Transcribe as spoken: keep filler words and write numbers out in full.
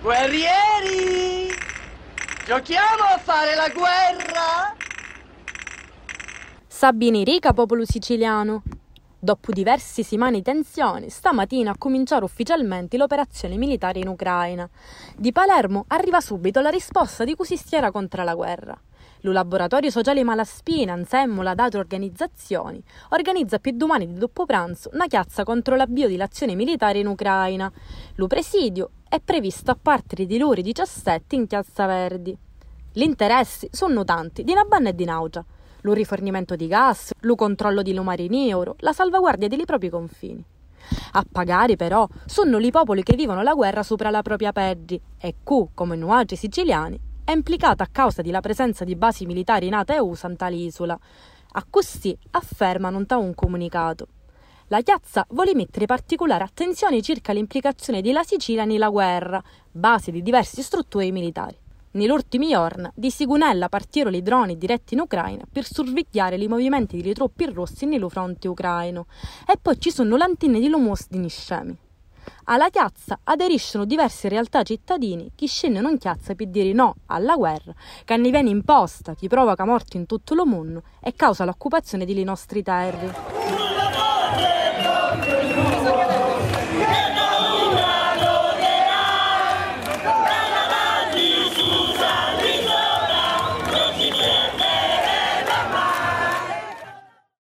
Guerrieri! Giochiamo a fare la guerra? Sabini rica, popolo siciliano. Dopo diverse settimane di tensione, stamattina ha cominciato ufficialmente l'operazione militare in Ucraina. Di Palermo arriva subito la risposta di cui si schiera contro la guerra. Lo laboratorio sociale Malaspina, insieme ad altre organizzazioni, organizza più domani di dopo pranzo una chiazza contro l'avvio dell'azione militare in Ucraina. Lo presidio è previsto a partire di ore diciassette in Piazza Verdi. Gli interessi sono tanti, di Nabanna e di Naugia. Lo rifornimento di gas, lo controllo di lo mariniero, la salvaguardia dei propri confini. A pagare però sono i popoli che vivono la guerra sopra la propria pelle e Q, come noi altri siciliani, è implicata a causa della presenza di basi militari NATO e U S A in tale isola. A così affermano un un comunicato. La chiazza vuole mettere particolare attenzione circa l'implicazione della Sicilia nella guerra, base di diverse strutture militari. Negli ultimi giorni, di Sigunella partirono i droni diretti in Ucraina per sorvegliare i movimenti delle truppe rosse nello fronte ucraino. E poi ci sono le antenne di Lomos di Niscemi. Alla chiazza aderiscono diverse realtà cittadini che scendono in chiazza per dire no alla guerra, che ne viene imposta, che provoca morti in tutto il mondo e causa l'occupazione delle nostre terre.